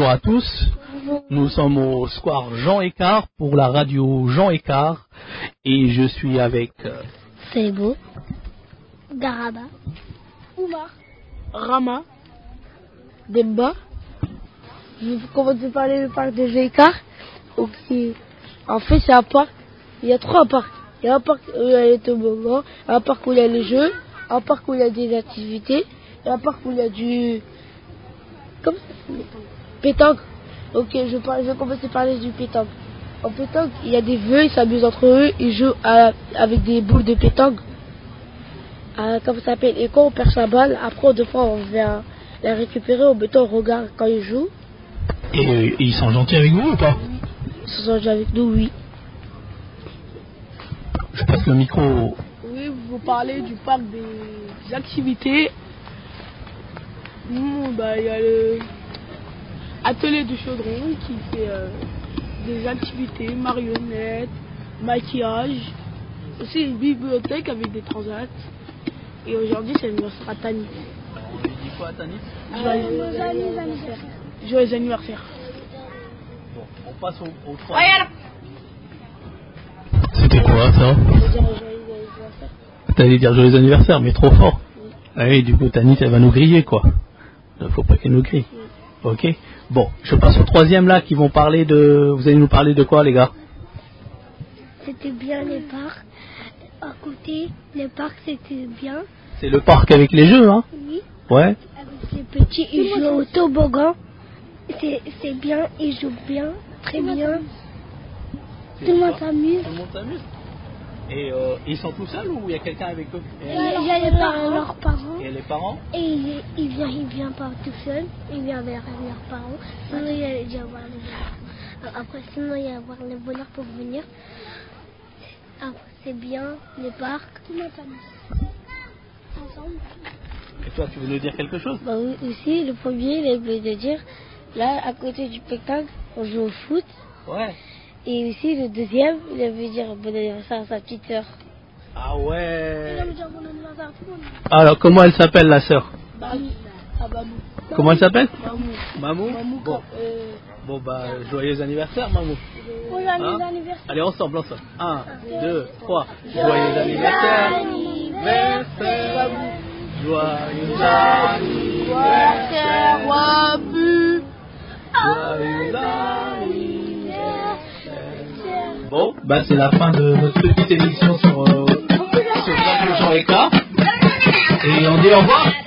bonjour à tous. Nous sommes au square Jean Écart pour la radio Jean Écart et je suis avec Sebo, Garaba, Oumar, Rama, Demba. Je vais commencer par le parc de Jean Écart. Okay. En fait, c'est un parc. Il y a trois parcs. Il y a un parc où il y a les toboggans, un parc où il y a les jeux, un parc où il y a des activités, et un parc où il y a du... Comme ça, pétanque. Ok, je vais commencer par parler du pétanque. En pétanque, il y a des vœux, ils s'amusent entre eux, ils jouent avec des boules de pétanque. Comme ça s'appelle. Et quand on perd sa balle, après, deux fois, on vient la récupérer, on regarde quand ils jouent. et ils sont gentils avec vous ou pas? Ils sont gentils avec nous, oui. Je passe le micro. Oui, vous parlez du parc des activités. Il y a le atelier du chaudron qui fait des activités, marionnettes, maquillage. Aussi une bibliothèque avec des transats. Et aujourd'hui, c'est l'anniversaire à Tanit. On lui dit quoi à Tanit? Joyeux anniversaire. Joyeux anniversaire. Bon, on passe au 3. C'était quoi ça? T'allais dire joyeux anniversaire, mais trop fort. Oui. Ah oui, du coup, Tanit, elle va nous griller, quoi. Faut pas qu'elle nous grille. Oui. Ok. Bon, je passe au troisième là, qui vont parler de... Vous allez nous parler de quoi, les gars? c'était bien les parcs. À côté, les parcs, c'était bien. C'est le parc avec les jeux, hein? Oui. Ouais. Avec les petits, ils jouent au toboggan. C'est bien, ils jouent bien, très bien. Tout le monde s'amuse. Tout le monde s'amuse. Et ils sont tout seuls ou il y a quelqu'un avec eux? Il y a leurs parents. Et les parents? Et il vient pas tout seul. Il vient vers leurs parents. Sinon, il y a voir les voleurs. Après, sinon, il y a voir les voleurs pour venir. Après, c'est bien, les parcs. Tout le monde s'amuse. Ensemble. Et toi, tu veux nous dire quelque chose? Bah oui, aussi, le premier, il a voulu de dire, là, à côté du spectacle, on joue au foot. Ouais. Et aussi, le deuxième, il a voulu dire bon anniversaire à sa petite sœur. Ah ouais. Il a dit bon anniversaire à tout le monde. Alors, comment elle s'appelle, la sœur? Bamou. Comment elle s'appelle? Mamou. Mamou. Bon, bah, joyeux anniversaire, Mamou. Joyeux anniversaire. Allez, ensemble. 1, 2, 3. Joyeux anniversaire. Joyeux anniversaire. Joyeux anniversaire. Bon, bah c'est la fin de notre petite émission sur Radio Jean Écart. Et on dit au revoir.